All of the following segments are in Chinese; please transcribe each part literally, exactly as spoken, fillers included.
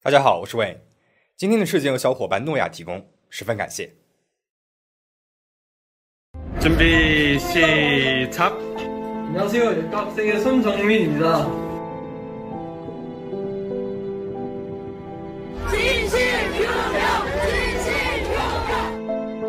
大家好，我是魏。今天的事件由小伙伴诺亚提供，十分感谢。 准备시작。 안녕하세요. 예과학생의 손정민입니다. 진실규명! 진실규명!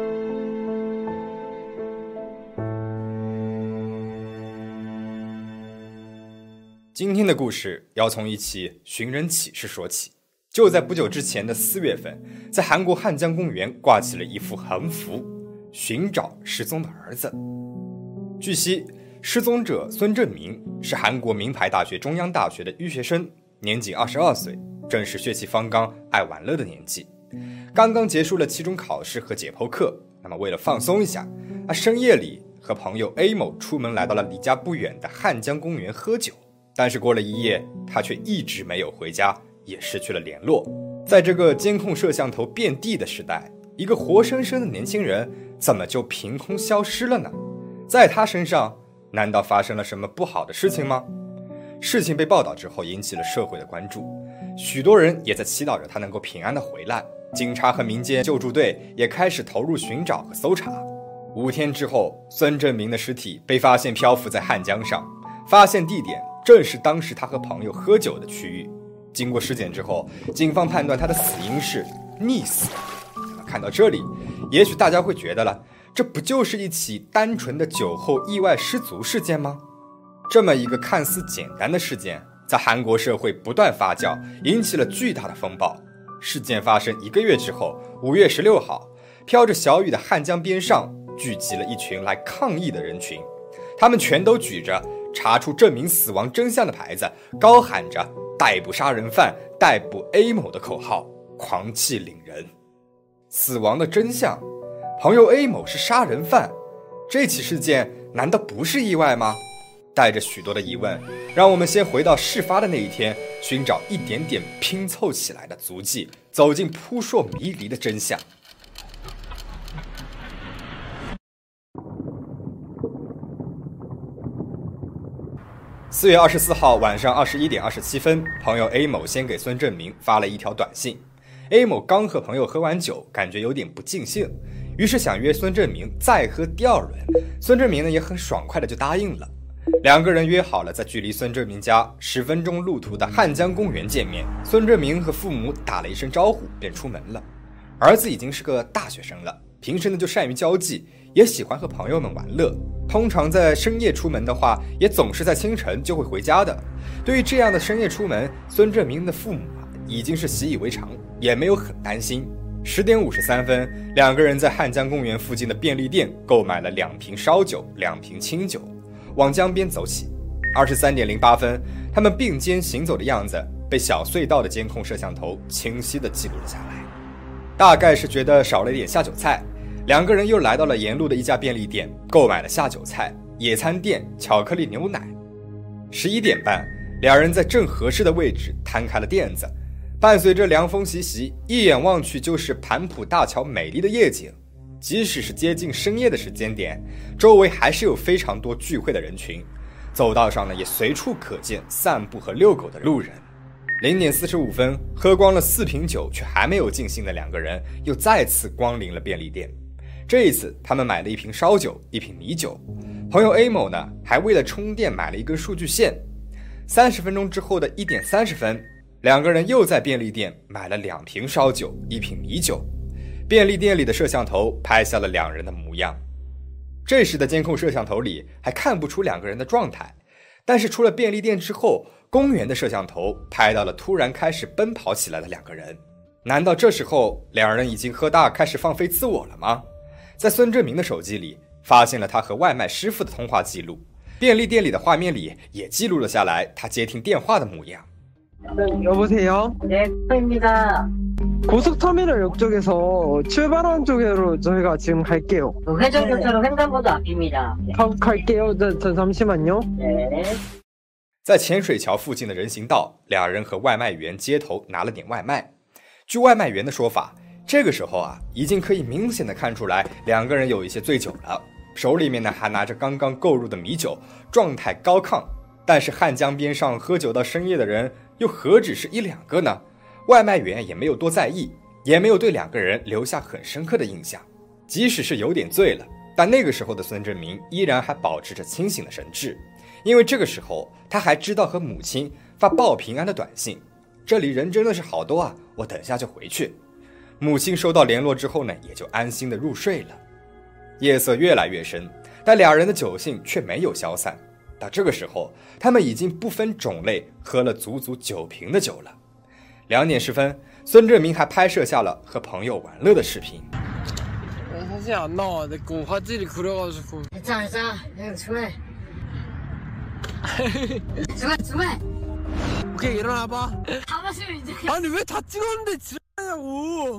今天的故事要从一起寻人启事说起。就在不久之前的四月份，在韩国汉江公园挂起了一幅横幅，寻找失踪的儿子。据悉，失踪者孙正明是韩国名牌大学中央大学的医学生，年仅二十二岁，正是血气方刚、爱玩乐的年纪。刚刚结束了期中考试和解剖课，那么为了放松一下，他深夜里和朋友 A 某出门来到了离家不远的汉江公园喝酒。但是过了一夜，他却一直没有回家，也失去了联络。在这个监控摄像头遍地的时代，一个活生生的年轻人怎么就凭空消失了呢？在他身上难道发生了什么不好的事情吗？事情被报道之后引起了社会的关注，许多人也在祈祷着他能够平安的回来。警察和民间救助队也开始投入寻找和搜查。五天之后，孙正明的尸体被发现漂浮在汉江上，发现地点正是当时他和朋友喝酒的区域。经过尸检之后，警方判断他的死因是溺死。看到这里，也许大家会觉得了，这不就是一起单纯的酒后意外失足事件吗？这么一个看似简单的事件，在韩国社会不断发酵，引起了巨大的风暴。事件发生一个月之后，五月十六号，飘着小雨的汉江边上聚集了一群来抗议的人群，他们全都举着查出证明死亡真相的牌子，高喊着逮捕杀人犯，逮捕 A 某的口号，狂气凌人。死亡的真相，朋友 A 某是杀人犯，这起事件难道不是意外吗？带着许多的疑问，让我们先回到事发的那一天，寻找一点点拼凑起来的足迹，走进扑朔迷离的真相。四月二十四号晚上二十一点二十七分，朋友 A 某先给孙正明发了一条短信。A 某刚和朋友喝完酒，感觉有点不尽兴，于是想约孙正明再喝第二轮。孙正明呢也很爽快的就答应了。两个人约好了在距离孙正明家十分钟路途的汉江公园见面。孙正明和父母打了一声招呼便出门了。儿子已经是个大学生了，平时呢就善于交际，也喜欢和朋友们玩乐。通常在深夜出门的话，也总是在清晨就会回家的。对于这样的深夜出门，孙正明的父母啊已经是习以为常，也没有很担心。十点五十三分，两个人在汉江公园附近的便利店购买了两瓶烧酒、两瓶清酒，往江边走起。二十三点零八分，他们并肩行走的样子被小隧道的监控摄像头清晰地记录了下来。大概是觉得少了一点下酒菜，两个人又来到了沿路的一家便利店，购买了下酒菜、野餐垫、巧克力牛奶。十一点半，两人在正合适的位置摊开了垫子，伴随着凉风习习，一眼望去就是盘浦大桥美丽的夜景。即使是接近深夜的时间点，周围还是有非常多聚会的人群，走道上呢也随处可见散步和遛狗的路人。零点四十五分，喝光了四瓶酒却还没有尽兴的两个人又再次光临了便利店。这一次他们买了一瓶烧酒、一瓶米酒。朋友 A 某呢还为了充电买了一根数据线。三十分钟之后的一点三十分，两个人又在便利店买了两瓶烧酒、一瓶米酒。便利店里的摄像头拍下了两人的模样。这时的监控摄像头里还看不出两个人的状态，但是出了便利店之后，公园的摄像头拍到了突然开始奔跑起来的两个人。难道这时候两人已经喝大开始放飞自我了吗？在孙正明的手机里发现了他和外卖师傅的通话记录，便利店里的画面里也记录了下来他接听电话的模样。 여보세요? 네, 입니다. 고속터미널 옆쪽에서 출발한 쪽으로 저희가 지금 갈게요. 회전교차로 횡단보도 앞입니다. 가, 갈게요. 저, 저 잠시만요. 네. 在浅水桥附近的人行道，俩人和外卖员街头拿了点外卖。据外卖员的说法，这个时候啊，已经可以明显的看出来两个人有一些醉酒了，手里面呢还拿着刚刚购入的米酒，状态高亢。但是汉江边上喝酒到深夜的人又何止是一两个呢？ 外卖员也没有多在意，也没有对两个人留下很深刻的印象。即使是有点醉了，但那个时候的孙正明依然还保持着清醒的神智，因为这个时候他还知道和母亲发报平安的短信，这里人真的是好多啊，我等下就回去。母亲收到联络之后呢，也就安心的入睡了。夜色越来越深，但两人的酒兴却没有消散。到这个时候，他们已经不分种类喝了足足九瓶的酒了。两点十分，孙正明还拍摄下了和朋友玩乐的视频。 사진 안 나와. 내 거 화질이 그래가지고. 괜찮아, 괜찮아. 그냥 주말. 주말, 주말. 오케이, 일어나봐. 다 마시면 이제. 아니, 왜 다 찍었는데 지랄하냐고.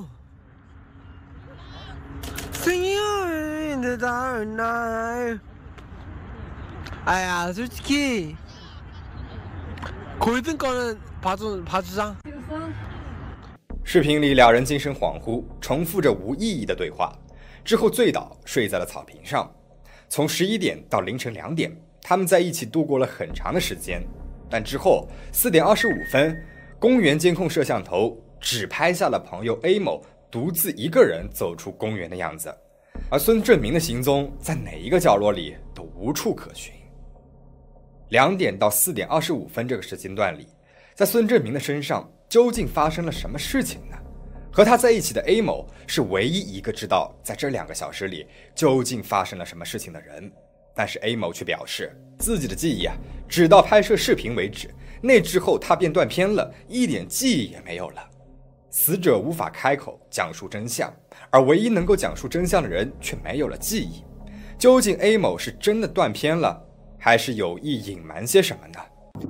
생일 내 다음 날. 아야, 솔직히. 골든 거는 봐주, 봐주자. 视频里，两人精神恍惚，重复着无意义的对话。 之后醉倒，睡在了草坪上。从十一点到凌晨两点，他们在一起度过了很长的时间。但之后四点二十五分，公园监控摄像头只拍下了朋友 A 某独自一个人走出公园的样子，而孙正明的行踪在哪一个角落里都无处可寻。两点到四点二十五分这个时间段里，在孙正明的身上究竟发生了什么事情呢？ 和他在一起的 A 某是唯一一个知道在这两个小时里究竟发生了什么事情的人，但是 A 某却表示自己的记忆啊，只到拍摄视频为止，那之后他便断片了，一点记忆也没有了。死者无法开口讲述真相，而唯一能够讲述真相的人却没有了记忆。究竟 A 某是真的断片了，还是有意隐瞒些什么呢？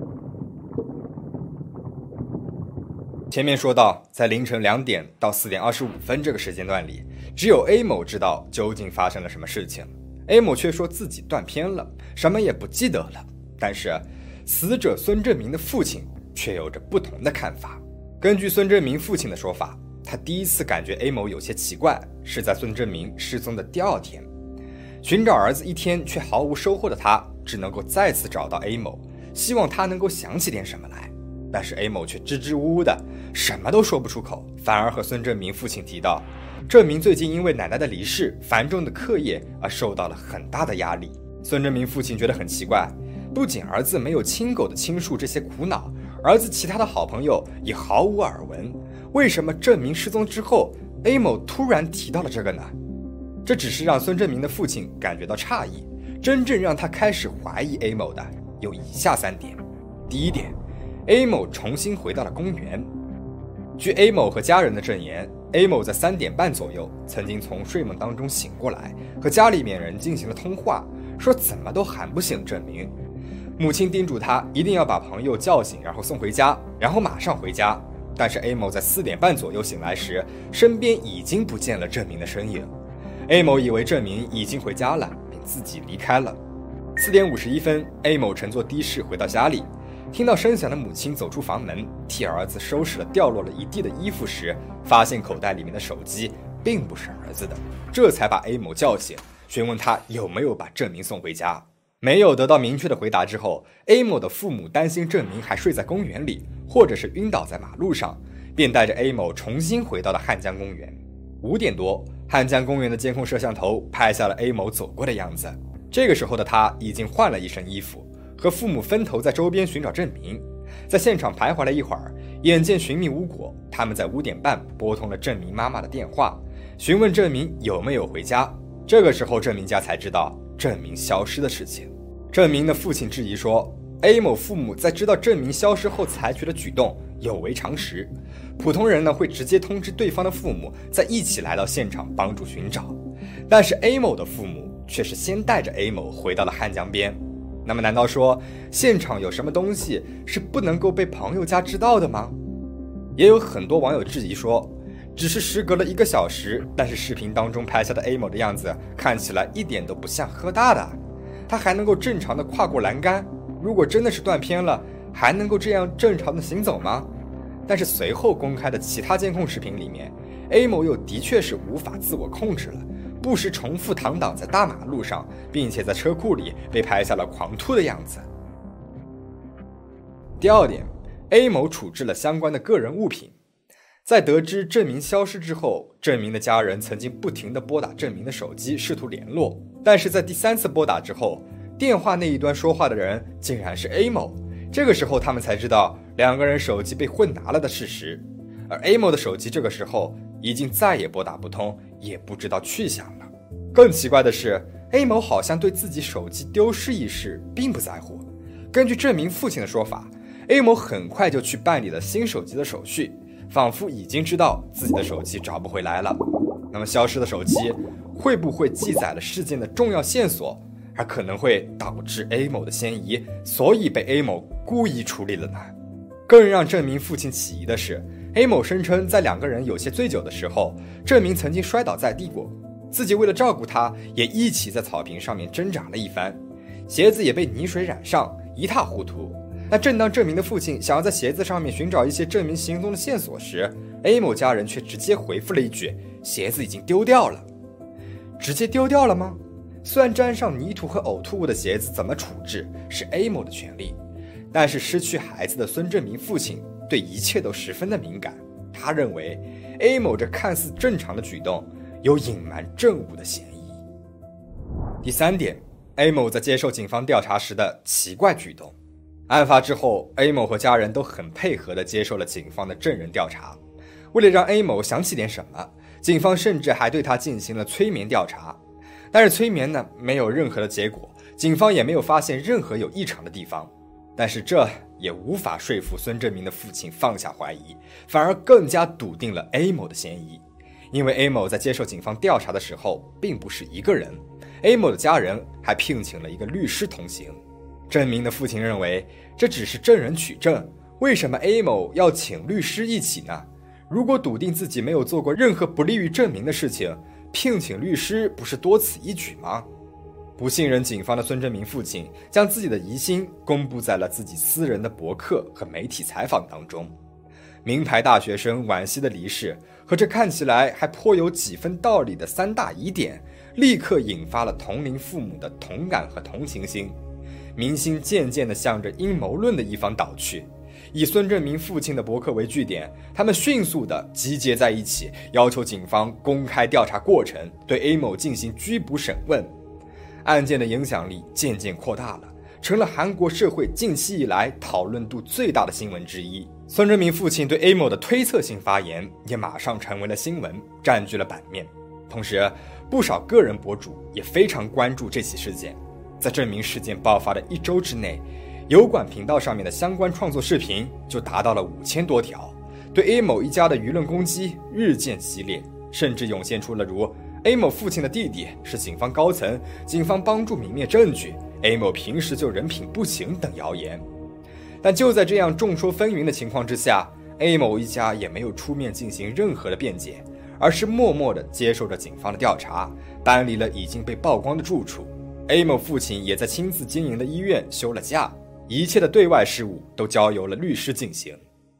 前面说到，在凌晨两点到四点二十五分这个时间段里，只有 A 某知道究竟发生了什么事情。A 某却说自己断片了，什么也不记得了。但是，死者孙正明的父亲却有着不同的看法。根据孙正明父亲的说法，他第一次感觉 A 某有些奇怪，是在孙正明失踪的第二天。寻找儿子一天却毫无收获的他，只能够再次找到 A 某，希望他能够想起点什么来。 但是 A 某却支支吾吾的，什么都说不出口，反而和孙正明父亲提到，正明最近因为奶奶的离世、繁重的课业而受到了很大的压力。孙正明父亲觉得很奇怪，不仅儿子没有亲口的倾诉这些苦恼，儿子其他的好朋友也毫无耳闻，为什么正明失踪之后 ，A 某突然提到了这个呢？这只是让孙正明的父亲感觉到诧异，真正让他开始怀疑 A 某的有以下三点。第一点。 A 某重新回到了公园。据 A 某和家人的证言 ，A 某在三点半左右曾经从睡梦当中醒过来，和家里面人进行了通话，说怎么都喊不醒正明。母亲叮嘱他一定要把朋友叫醒，然后送回家，然后马上回家。但是 A 某在四点半左右醒来时，身边已经不见了正明的身影。A 某以为正明已经回家了，便自己离开了。四点五十一分 ，A 某乘坐的士回到家里。 听到声响的母亲走出房门，替儿子收拾了掉落了一地的衣服时，发现口袋里面的手机并不是儿子的，这才把 A 某叫醒，询问他有没有把正明送回家。没有得到明确的回答之后 ，A 某的父母担心正明还睡在公园里，或者是晕倒在马路上，便带着 A 某重新回到了汉江公园。五点多，汉江公园的监控摄像头拍下了 A 某走过的样子。这个时候的他已经换了一身衣服。 和父母分头在周边寻找正明，在现场徘徊了一会儿，眼见寻觅无果，他们在五点半拨通了正明妈妈的电话，询问正明有没有回家。这个时候，正明家才知道正明消失的事情。正明的父亲质疑说 ，A 某父母在知道正明消失后采取的举动有违常识，普通人呢会直接通知对方的父母，再一起来到现场帮助寻找，但是 A 某的父母却是先带着 A 某回到了汉江边。 那么难道说现场有什么东西是不能够被朋友家知道的吗？也有很多网友质疑说，只是时隔了一个小时，但是视频当中拍下的 A 某的样子看起来一点都不像喝大的，他还能够正常的跨过栏杆。如果真的是断片了，还能够这样正常的行走吗？但是随后公开的其他监控视频里面 ，A 某又的确是无法自我控制了。 不时重复躺倒在大马路上，并且在车库里被拍下了狂吐的样子。第二点 ，A 某处置了相关的个人物品。 在得知郑明消失之后，郑明的家人曾经不停地拨打郑明的手机试图联络，但是在第三次拨打之后，电话那一端说话的人竟然是 A 某。这个时候他们才知道两个人手机被混拿了的事实，而 A 某的手机这个时候已经再也拨打不通，也不知道去向了。更奇怪的是， A 某好像对自己手机丢失一事并不在乎。根据郑明父亲的说法， A 某很快就去办理了新手机的手续，仿佛已经知道自己的手机找不回来了。那么消失的手机会不会记载了事件的重要线索，还可能会导致 A 某的嫌疑，所以被 A 某故意处理了呢？更让郑明父亲起疑的是， A 某声称在两个人有些醉酒的时候，郑明曾经摔倒在地过，自己为了照顾他，也一起在草坪上面挣扎了一番，鞋子也被泥水染上，一塌糊涂。但正当郑明的父亲想要在鞋子上面寻找一些郑明行踪的线索时， A 某家人却直接回复了一句：鞋子已经丢掉了。直接丢掉了吗？虽然沾上泥土和呕吐物的鞋子怎么处置是 A 某的权利，但是失去孩子的孙正明父亲对一切都十分的敏感，他认为 A 某这看似正常的举动有隐瞒证物的嫌疑。第三点， A 某在接受警方调查时的奇怪举动。案发之后， A 某和家人都很配合地接受了警方的证人调查。为了让 A 某想起点什么，警方甚至还对他进行了催眠调查。但是催眠呢，没有任何的结果，警方也没有发现任何有异常的地方。但是这也无法说服孙正明的父亲放下怀疑，反而更加笃定了 A 某的嫌疑。因为 A 某在接受警方调查的时候并不是一个人， A 某的家人还聘请了一个律师同行。郑明的父亲认为这只是证人取证，为什么 A 某要请律师一起呢？如果笃定自己没有做过任何不利于郑明的事情，聘请律师不是多此一举吗？不信任警方的孙正明父亲将自己的疑心公布在了自己私人的博客和媒体采访当中。名牌大学生惋惜的离世和这看起来还颇有几分道理的三大疑点，立刻引发了同龄父母的同感和同情心。民心渐渐地向着阴谋论的一方倒去。以孙正明父亲的博客为据点，他们迅速地集结在一起，要求警方公开调查过程，对 A 某进行拘捕审问。案件的影响力渐渐扩大了，成了韩国社会近期以来讨论度最大的新闻之一。孙正明父亲对 A 某的推测性发言也马上成为了新闻，占据了版面。同时，不少个人博主也非常关注这起事件。在证明事件爆发的一周之内，油管频道上面的相关创作视频就达到了五千多条，对 A 某一家的舆论攻击日渐激烈，甚至涌现出了如 A 某父亲的弟弟是警方高层，警方帮助泯灭证据， A 某平时就人品不行等谣言。但就在这样众说纷纭的情况之下， A 某一家也没有出面进行任何的辩解，而是默默地接受着警方的调查，搬离了已经被曝光的住处。A 某父亲也在亲自经营的医院休了假，一切的对外事务都交由了律师进行。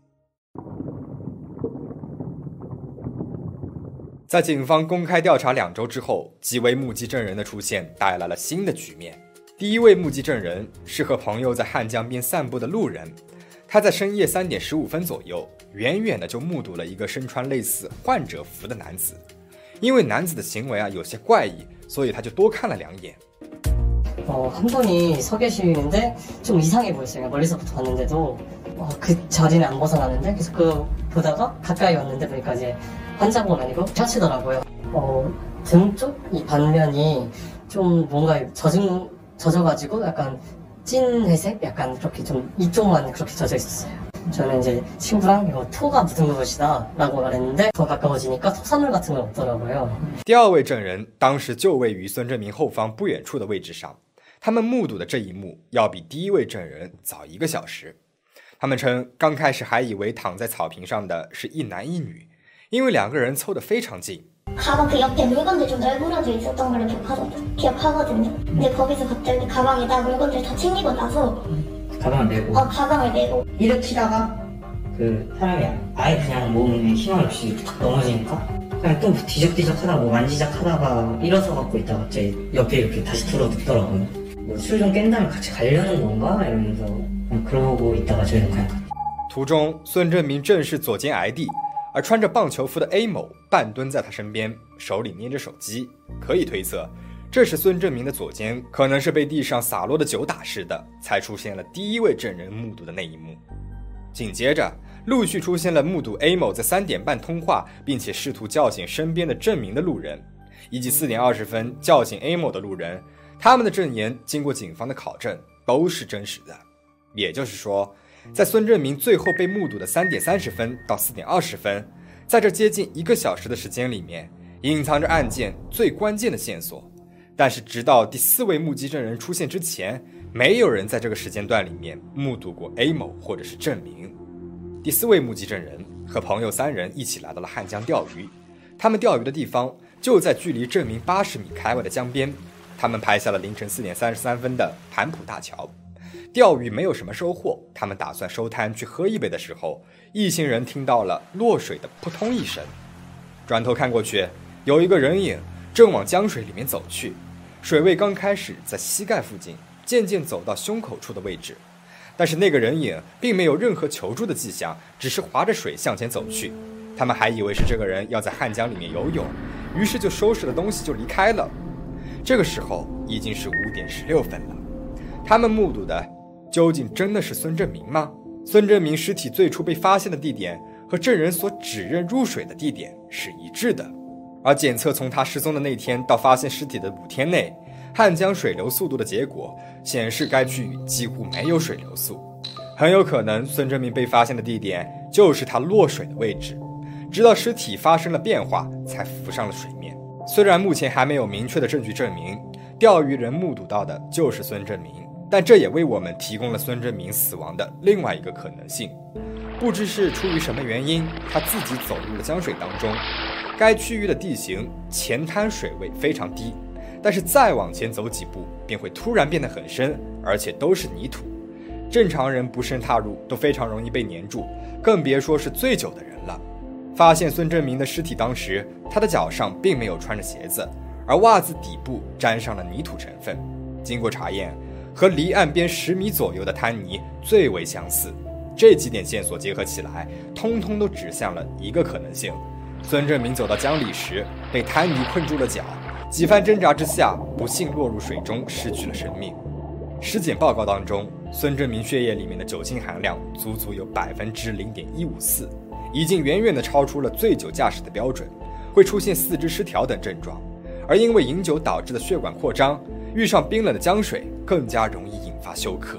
在警方公开调查两周之后，几位目击证人的出现带来了新的局面。第一位目击证人是和朋友在汉江边散步的路人，他在深夜三点十五分左右，远远的就目睹了一个身穿类似患者服的男子。因为男子的行为啊有些怪异，所以他就多看了两眼。 어, 한 분이 서 계시는데 좀 이상해 보였어요. 멀리서부터 봤는데도 어, 그 자리는 안 벗어나는데 그래서 그 보다가 가까이 왔는데 보니까 이제 환자분 아니고 샤치더라고요. 어, 등 쪽 이 반면이 좀 뭔가 젖은 젖어가지고 약간 찐 회색, 약간 그렇게 좀 이쪽만 그렇게 젖어 있었어요. 저는 이제 친구랑 이거 토가 묻은 것이다라고 말했는데 더 가까워지니까 토사물 같은 건 없더라고요. 第二位证人当时就位于孙正明后方不远处的位置上。 他们目睹的这一幕要比第一位证人早一个小时。他们称，刚开始还以为躺在草坪上的是一男一女，因为两个人凑得非常近。 가방 그 옆에 물건들 좀 널브러져 있었던 걸로 기억하거든요. 기억하거든요. 근데 거기서 갑자기 가방에다 물건들 다 챙기고 나서 가방을 메고 어 가방을 메고 일으키다가 그 사람이 아예 그냥 몸에 힘 없이 넘어지니까 그냥 또 뒤적뒤적하다가 뭐 만지작하다가 일어서 갖고 있다가 갑자기 옆에 이렇게 다시 들어눕더라고요. 뭐 술 좀 깬 다음에 같이 가려는 건가 이러면서 그냥 그러고 있다가 저희는 그냥 途中，孙正明正是左肩挨地， 而穿着棒球服的 A 某半蹲在他身边，手里捏着手机，可以推测这时孙正明的左肩可能是被地上洒落的酒打湿的，才出现了第一位证人目睹的那一幕。紧接着陆续出现了目睹 A 某在三点半通话并且试图叫醒身边的证明的路人，以及四点二十分叫醒 A 某的路人，他们的证言经过警方的考证都是真实的。也就是说，在孙正明最后被目睹的三点三十分到四点二十分，在这接近一个小时的时间里面，隐藏着案件最关键的线索。但是直到第四位目击证人出现之前，没有人在这个时间段里面目睹过 A 某或者是证明。第四位目击证人和朋友三人一起来到了汉江钓鱼，他们钓鱼的地方就在距离证明八十米开外的江边。他们拍下了凌晨四点三十三分的盘浦大桥。钓鱼没有什么收获，他们打算收摊去喝一杯的时候，一行人听到了落水的扑通一声，转头看过去，有一个人影正往江水里面走去，水位刚开始在膝盖附近，渐渐走到胸口处的位置，但是那个人影并没有任何求助的迹象，只是划着水向前走去。他们还以为是这个人要在汉江里面游泳，于是就收拾了东西就离开了。这个时候已经是五点十六分了，他们目睹的究竟真的是孙正明吗？孙正明尸体最初被发现的地点和证人所指认入水的地点是一致的，而检测从他失踪的那天到发现尸体的五天内，汉江水流速度的结果显示该区域几乎没有水流速，很有可能孙正明被发现的地点就是他落水的位置，直到尸体发生了变化才浮上了水面。虽然目前还没有明确的证据证明钓鱼人目睹到的就是孙正明，但这也为我们提供了孙正明死亡的另外一个可能性。不知是出于什么原因，他自己走入了江水当中。该区域的地形前滩水位非常低，但是再往前走几步便会突然变得很深，而且都是泥土，正常人不慎踏入都非常容易被粘住，更别说是醉酒的人了。发现孙正明的尸体当时，他的脚上并没有穿着鞋子，而袜子底部沾上了泥土成分，经过查验，和离岸边十米左右的滩泥最为相似。这几点线索结合起来，通通都指向了一个可能性：孙正明走到江里时被滩泥困住了脚，几番挣扎之下不幸落入水中，失去了生命。尸检报告当中，孙正明血液里面的酒精含量足足有 百分之零点一五四， 已经远远地超出了醉酒驾驶的标准，会出现四肢失调等症状。而因为饮酒导致的血管扩张，遇上冰冷的江水更加容易引发休克。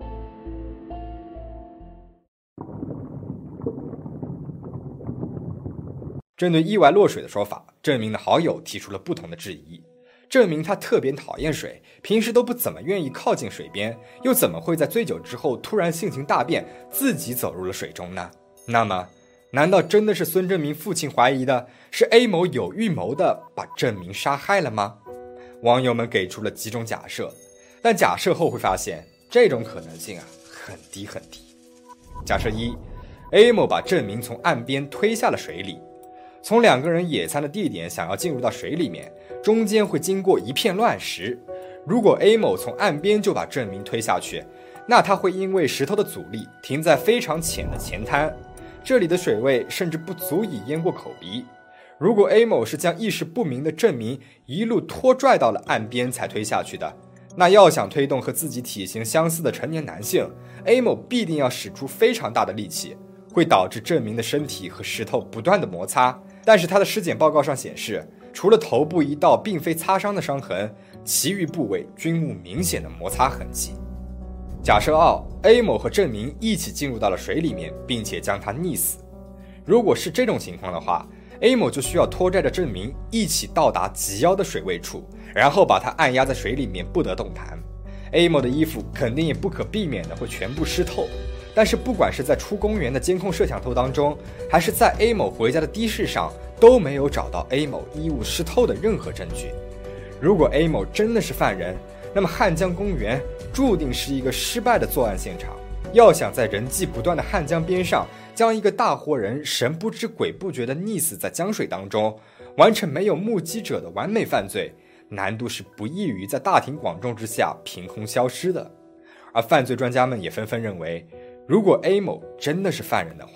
针对意外落水的说法，郑明的好友提出了不同的质疑。郑明他特别讨厌水，平时都不怎么愿意靠近水边，又怎么会在醉酒之后突然性情大变，自己走入了水中呢？那么难道真的是孙正明父亲怀疑的是 A 某有预谋的把郑明杀害了吗？网友们给出了几种假设，但假设后会发现这种可能性啊很低很低。假设一， A 某把郑明从岸边推下了水里，从两个人野餐的地点想要进入到水里面，中间会经过一片乱石。如果 A 某从岸边就把郑明推下去，那他会因为石头的阻力停在非常浅的前滩，这里的水位甚至不足以淹过口鼻。如果 A 某是将意识不明的郑明一路拖拽到了岸边才推下去的，那要想推动和自己体型相似的成年男性， A 某必定要使出非常大的力气，会导致郑明的身体和石头不断的摩擦。但是他的尸检报告上显示，除了头部一道并非擦伤的伤痕，其余部位均无明显的摩擦痕迹。假设二， A 某和郑明一起进入到了水里面，并且将他溺死。如果是这种情况的话， A 某就需要拖拽着郑明一起到达及腰的水位处，然后把他按压在水里面不得动弹。 A 某的衣服肯定也不可避免的会全部湿透，但是不管是在出公园的监控摄像头当中，还是在 A 某回家的的士上，都没有找到 A 某衣物湿透的任何证据。如果 A 某真的是犯人，那么汉江公园注定是一个失败的作案现场。要想在人迹不断的汉江边上将一个大活人神不知鬼不觉地溺死在江水当中，完成没有目击者的完美犯罪，难度是不异于在大庭广众之下凭空消失的。而犯罪专家们也纷纷认为，如果 A 某真的是犯人的话，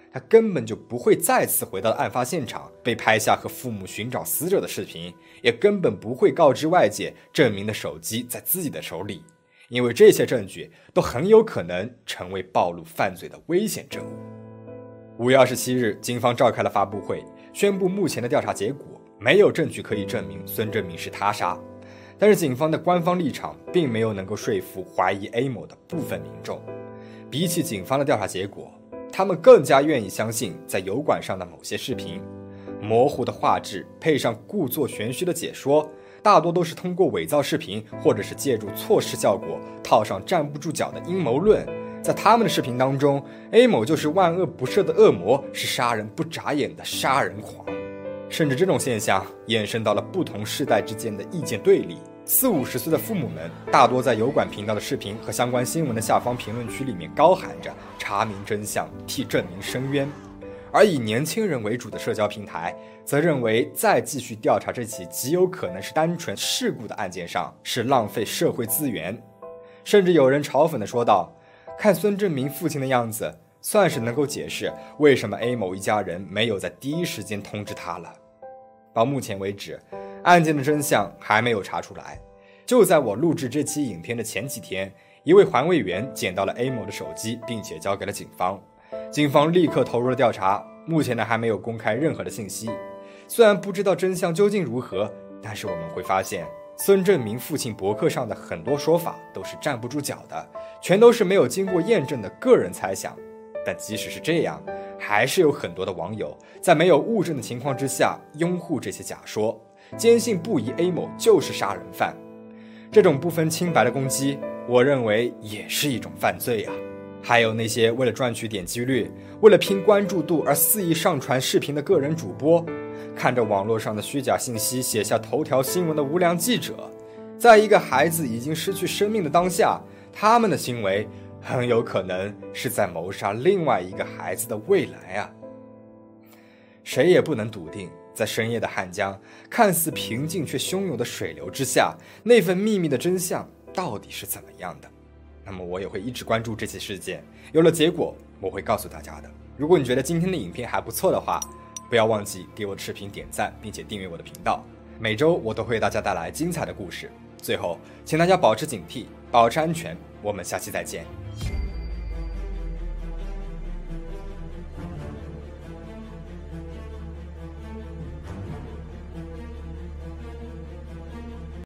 他根本就不会再次回到案发现场，被拍下和父母寻找死者的视频，也根本不会告知外界郑明的手机在自己的手里，因为这些证据都很有可能成为暴露犯罪的危险证物。五月二十七日，警方召开了发布会，宣布目前的调查结果没有证据可以证明孙正明是他杀，但是警方的官方立场并没有能够说服怀疑 A 某的部分民众。比起警方的调查结果，他们更加愿意相信在油管上的某些视频，模糊的画质配上故作玄虚的解说，大多都是通过伪造视频或者是借助错视效果套上站不住脚的阴谋论。在他们的视频当中， A 某就是万恶不赦的恶魔，是杀人不眨眼的杀人狂。甚至这种现象延伸到了不同世代之间的意见对立，四五十岁的父母们大多在油管频道的视频和相关新闻的下方评论区里面高喊着查明真相，替郑明申冤，而以年轻人为主的社交平台则认为再继续调查这起极有可能是单纯事故的案件上是浪费社会资源。甚至有人嘲讽地说道，看孙正明父亲的样子，算是能够解释为什么 A 某一家人没有在第一时间通知他了。到目前为止，案件的真相还没有查出来。就在我录制这期影片的前几天，一位环卫员捡到了 A 某的手机，并且交给了警方。警方立刻投入了调查，目前呢还没有公开任何的信息。虽然不知道真相究竟如何，但是我们会发现孙正明父亲博客上的很多说法都是站不住脚的，全都是没有经过验证的个人猜想。但即使是这样，还是有很多的网友在没有物证的情况之下拥护这些假说，坚信不疑 A 某就是杀人犯。这种不分清白的攻击，我认为也是一种犯罪啊。还有那些为了赚取点击率，为了拼关注度而肆意上传视频的个人主播，看着网络上的虚假信息写下头条新闻的无良记者，在一个孩子已经失去生命的当下，他们的行为很有可能是在谋杀另外一个孩子的未来啊！谁也不能笃定，在深夜的汉江，看似平静却汹涌的水流之下，那份秘密的真相到底是怎么样的？那么我也会一直关注这起事件，有了结果我会告诉大家的。如果你觉得今天的影片还不错的话，不要忘记给我的视频点赞，并且订阅我的频道。每周我都会为大家带来精彩的故事。最后，请大家保持警惕，保持安全。我们下期再见。